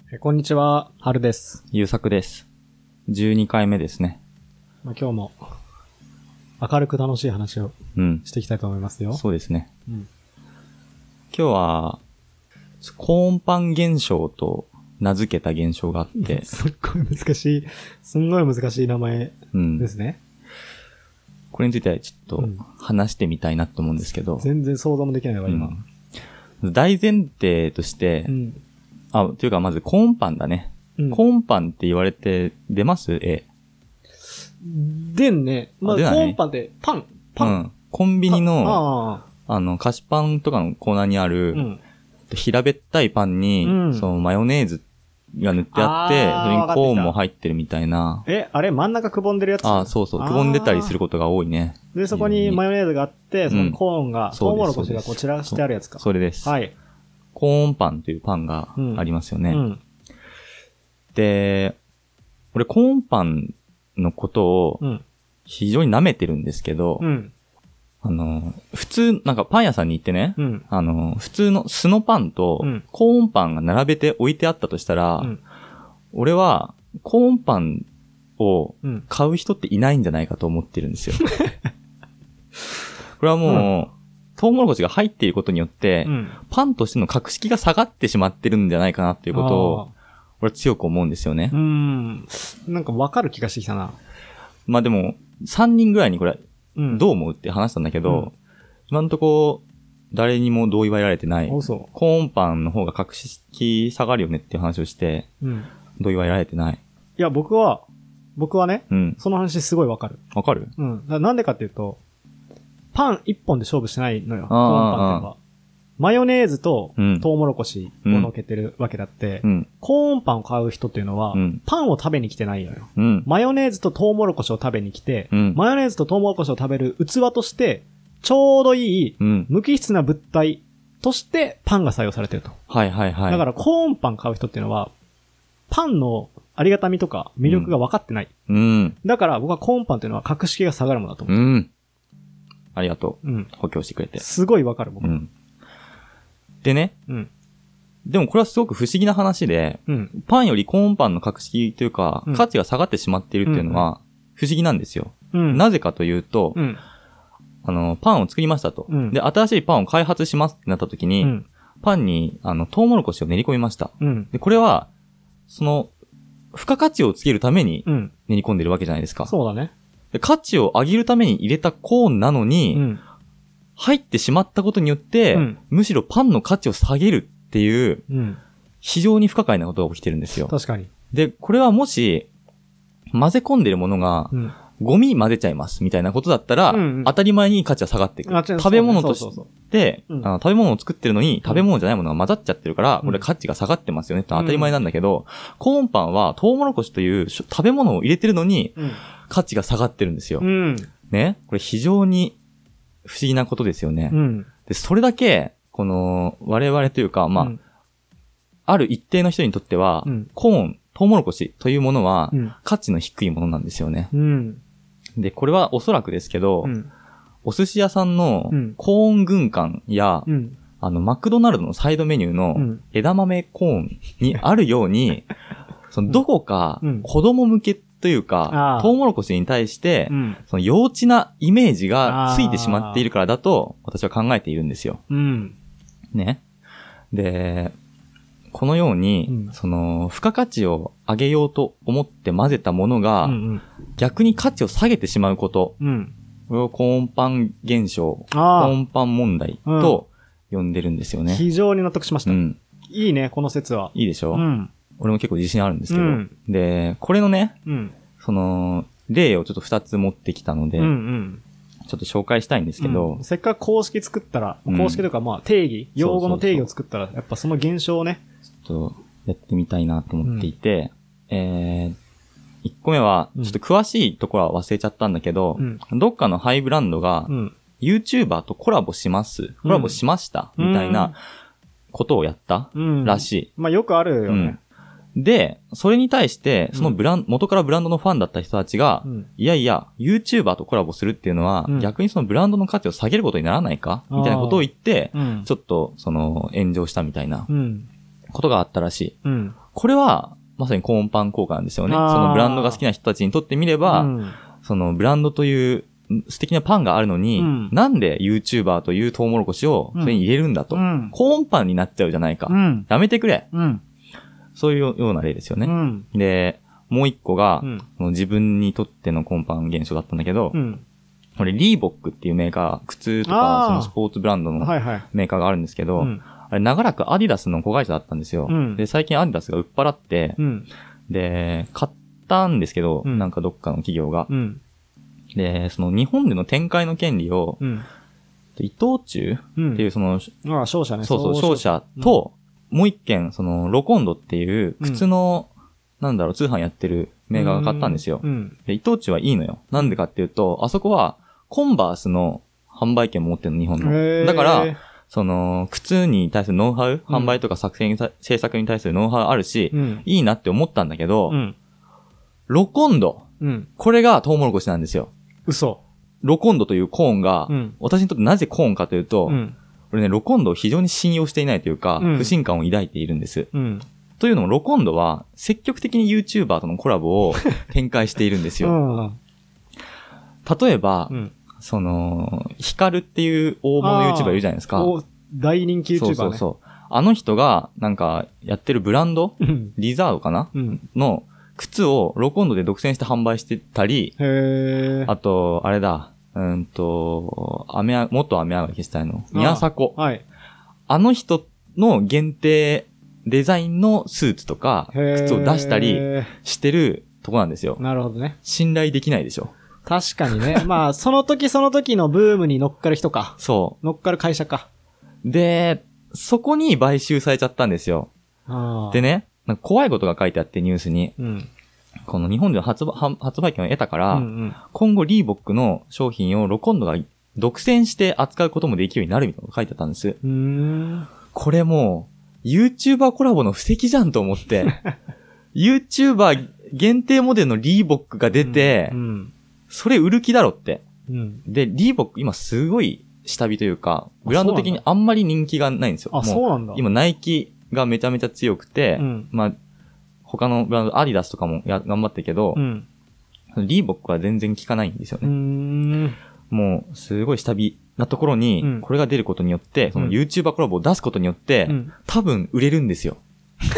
こんにちは、はるです。 ゆうさくです。12回目ですね。 今日も明るく楽しい話をしていきたいと思いますよ。 そうですね。 うん、 今日はコーンパン現象と名付けた現象があって、 すっごい難しい名前ですね。 これについてはちょっと話してみたいなと思うんですけど、 全然想像もできないわ今。 大前提として、というかまずコーンパンだね。コーンパンって言われて出ます？ 出んね。コーンパンってパン。 コンビニの菓子パンとかのコーナーにある、平べったいパンに、そのマヨネーズが塗ってあって、それにコーンも入ってるみたいな。 あれ真ん中くぼんでるやつ？ そうそう。くぼんでたりすることが多いね。 で、そこにマヨネーズがあって、そのコーンが、トウモロコシがこちらしてあるやつか。 それです。 はい。 コーンパンというパンがありますよね。で、俺コーンパンのことを非常に舐めてるんですけど、普通、なんかパン屋さんに行ってね、普通の素のパンとコーンパンが並べて置いてあったとしたら、俺はコーンパンを買う人っていないんじゃないかと思ってるんですよ。これはもう、トウモロコシが入っていることによって、パンとしての格式が下がってしまってるんじゃないかなっていうことを、俺強く思うんですよね。 なんかわかる気がしてきたな。 まあでも、3人ぐらいにこれ、どう思うって話したんだけど、今んとこ、誰にも同意は得られてない。コーンパンの方が格式下がるよねっていう話をして、同意は得られてない。 いや、僕はね、その話すごいわかる。 わかる？ なんでかっていうと、パン一本で勝負しないのよ。コーンパンっていうのは。マヨネーズとトウモロコシを乗っけてるわけだって、コーンパンを買う人っていうのは、パンを食べに来てないのよ。マヨネーズとトウモロコシを食べに来て、マヨネーズとトウモロコシを食べる器として、ちょうどいい、無機質な物体としてパンが採用されてると。だからコーンパン買う人っていうのは、パンのありがたみとか魅力が分かってない。だから僕はコーンパンっていうのは格式が下がるものだと思う。 ありがとう。補強してくれて。 すごいわかる僕。 でね。でもこれはすごく不思議な話で、パンよりコーンパンの格式というか、価値が下がってしまっているっていうのは不思議なんですよ。なぜかというと、パンを作りましたと。で、新しいパンを開発しますってなった時に、パンにトウモロコシを練り込みました。で、これは、その、付加価値をつけるために練り込んでるわけじゃないですか。 そうだね。 価値を上げるために入れたコーンなのに、入ってしまったことによって、むしろパンの価値を下げるっていう、非常に不可解なことが起きてるんですよ。 確かに。で、 これはもし、混ぜ込んでるものが、ゴミ混ぜちゃいますみたいなことだったら、当たり前に価値は下がっていく。食べ物として、食べ物を作ってるのに食べ物じゃないものが混ざっちゃってるから、これ価値が下がってますよねって当たり前なんだけど、コーンパンはトウモロコシという食べ物を入れてるのに、価値が下がってるんですよ。ね。これ非常に不思議なことですよね。で、それだけ、この、我々というか、ある一定の人にとっては、コーン、トウモロコシというものは、価値の低いものなんですよね。で、これはおそらくですけど、お寿司屋さんのコーン軍艦や、マクドナルドのサイドメニューの枝豆コーンにあるように、そのどこか子供向けというか、トウモロコシに対して、その幼稚なイメージがついてしまっているからだと、私は考えているんですよ。ね。で、このように、その、付加価値を上げようと思って混ぜたものが、逆に価値を下げてしまうこと、これをコーンパン現象、コーンパン問題と呼んでるんですよね。 非常に納得しました。いいね、この説は。 いいでしょ？俺も結構自信あるんですけど。で、これのね、その、例をちょっと2つ持ってきたので、ちょっと紹介したいんですけど。 せっかく公式作ったら、公式というか定義、用語の定義を作ったら、やっぱその現象をね。 ちょっとやってみたいなと思っていて、1個目は、ちょっと詳しいところは忘れちゃったんだけど、どっかのハイブランドが、YouTuber とコラボします、コラボしました、みたいなことをやったらしい。 よくあるよね。 で、それに対して、その元からブランドのファンだった人たちが、いやいや、YouTuber とコラボするっていうのは、逆にそのブランドの価値を下げることにならないかみたいなことを言って、ちょっと、その、炎上したみたいな、ことがあったらしい。 これは、まさにコーンパン効果なんですよね。そのブランドが好きな人たちにとってみれば、そのブランドという素敵なパンがあるのに、なんで YouTuber というトウモロコシをそれに入れるんだと。コーンパンになっちゃうじゃないか。やめてくれ。そういうような例ですよね。で、もう一個が、自分にとってのコーンパン現象だったんだけど、これリーボックっていうメーカー、靴とかそのスポーツブランドのメーカーがあるんですけど、あれ長らくアディダスの子会社だったんですよ。で、最近アディダスが売っ払って、で、買ったんですけど、なんかどっかの企業が。で、その日本での展開の権利を、伊藤忠っていうその、 商社ね。 そう、商社と、もう一件、その、ロコンドっていう靴の、なんだろう、通販やってるメーカーが買ったんですよ。で、伊藤忠はいいのよ。なんでかっていうと、あそこは、コンバースの販売権持ってるの、日本の。だから、その、靴に対するノウハウ、販売とか制作に対するノウハウあるし、いいなって思ったんだけど、ロコンド、これがトウモロコシなんですよ。 嘘。 ロコンドというコーンが、私にとってなぜコーンかというと、これね、ロコンドを非常に信用していないというか、不信感を抱いているんです。というのも、ロコンドは積極的に YouTuber とのコラボを展開しているんですよ。例えば、その、ヒカルっていう大物 YouTuber いるじゃないですか。 大人気 YouTuber ね。 そう。あの人が、なんか、やってるブランド、リザードかな、の靴をロコンドで独占して販売してたり、あと、あれだ、元雨上がり消したいの。宮迫。あの人の限定デザインのスーツとか、靴を出したりしてるとこなんですよ。 なるほどね。 信頼できないでしょ。 確かにね。まあ、その時その時のブームに乗っかる人か。 そう。 乗っかる会社か。 で、そこに買収されちゃったんですよ。でね、なんか怖いことが書いてあってニュースに。この日本での発売権を得たから、今後リーボックの商品をロコンドが独占して扱うこともできるようになるみたいなのが書いてあったんです。これもう、YouTuber コラボの布石じゃんと思って、YouTuber 限定モデルのリーボックが出て、それ売る気だろって。で、リーボック今すごい下火というか、ブランド的にあんまり人気がないんですよ。 あ、そうなんだ。 今ナイキがめちゃめちゃ強くて、まあ、他のブランド、アディダスとかも頑張ってるけど、リーボックは全然効かないんですよね。もう、すごい下火なところに、これが出ることによって、その YouTuber コラボを出すことによって、多分売れるんですよ。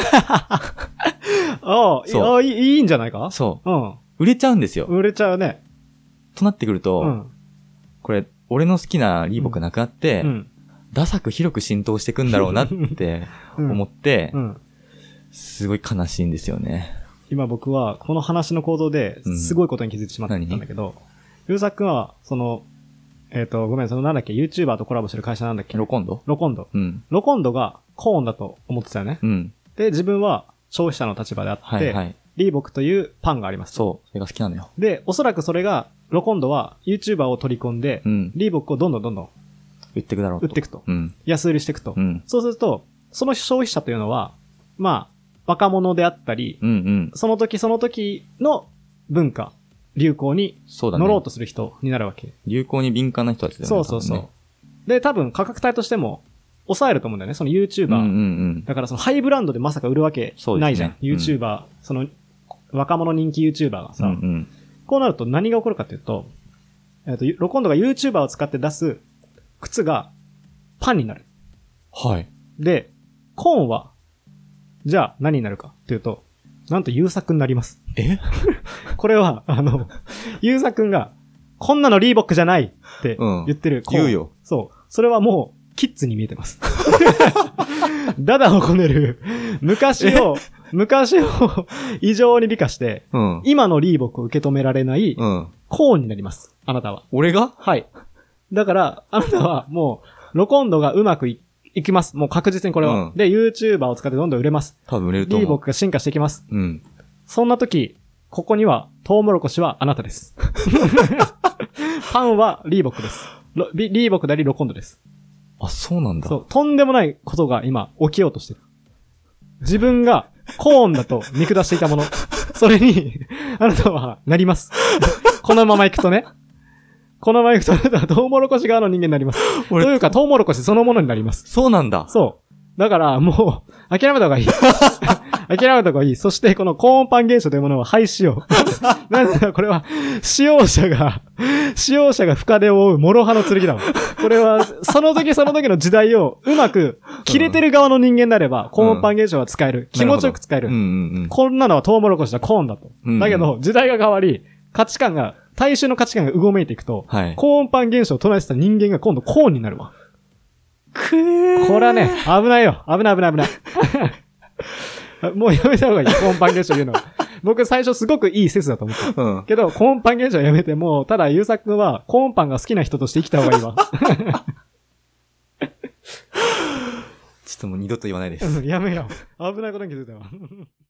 いいんじゃないか？ そう。売れちゃうんですよ。 売れちゃうね。 となってくると、これ、俺の好きなリーボックなくなって、ダサく広く浸透していくんだろうなって思って、すごい悲しいんですよね。 今僕はこの話の行動ですごいことに気づいてしまったんだけど、ゆうさくんは、その、ごめん、そのなんだっけ、YouTuber とコラボしてる会社なんだっけ？ ロコンド。 ロコンドがコーンだと思ってたよね。で、自分は消費者の立場であって、リーボックというパンがあります。 そう。それが好きなのよ。 で、おそらくそれが、ロコンドは YouTuber を取り込んで、リーボックをどんどん売っていくだろうと。 売っていくと。安売りしていくと。そうすると、その消費者というのは、まあ、若者であったり、その時その時の文化、流行に乗ろうとする人になるわけ。 流行に敏感な人たちだよね。 そう。で、多分価格帯としても抑えると思うんだよね。その YouTuber。だからそのハイブランドでまさか売るわけないじゃん。YouTuber、その若者人気 YouTuber がさ。こうなると何が起こるかというと、ロコンドが YouTuber を使って出す靴がパンになる。で、コーンは、じゃあ何になるかというと、なんと優作になります。これは、優作が、こんなのリーボックじゃないって言ってる。 言うよ。 そう。それはもう、キッズに見えてます。ダダをこねる、昔を異常に美化して、今のリーボックを受け止められない、コーンになります。あなたは。 俺が？ はい。だから、あなたはもう、ロコンドがうまくいきます。もう確実にこれは。で、YouTuber を使ってどんどん売れます。 多分売れると思う。 リーボックが進化していきます。そんな時、ここには、トウモロコシはあなたです。パンはリーボックです。リーボックでありロコンドです。 あ、そうなんだ。 そう、とんでもないことが今起きようとしてる。自分がコーンだと見下していたもの。それに、あなたはなります。このまま行くとね。このまま行くとあなたはトウモロコシ側の人間になります。というか、トウモロコシそのものになります。 そうなんだ。 そう。 だからもう、諦めた方がいい。諦めた方がいい。そしてこのコーンパン現象というものを廃止しよう。なんだこれは、使用者が深手を負う諸刃の剣だわ。これは、その時その時の時代をうまく、切れてる側の人間であれば、コーンパン現象は使える。気持ちよく使える。こんなのはトウモロコシだ、コーンだと。だけど、時代が変わり、大衆の価値観がうごめいていくと、コーンパン現象を唱えてた人間が今度コーンになるわ。これはね、危ないよ。危ない。もうやめた方がいい、コーンパン現象言うのは。僕最初すごくいい説だと思った。けど、コーンパン現象はやめても、ただ、ゆうさくんはコーンパンが好きな人として生きた方がいいわ。 ちょっともう二度と言わないです。 やめよう。危ないことに気づいたわ。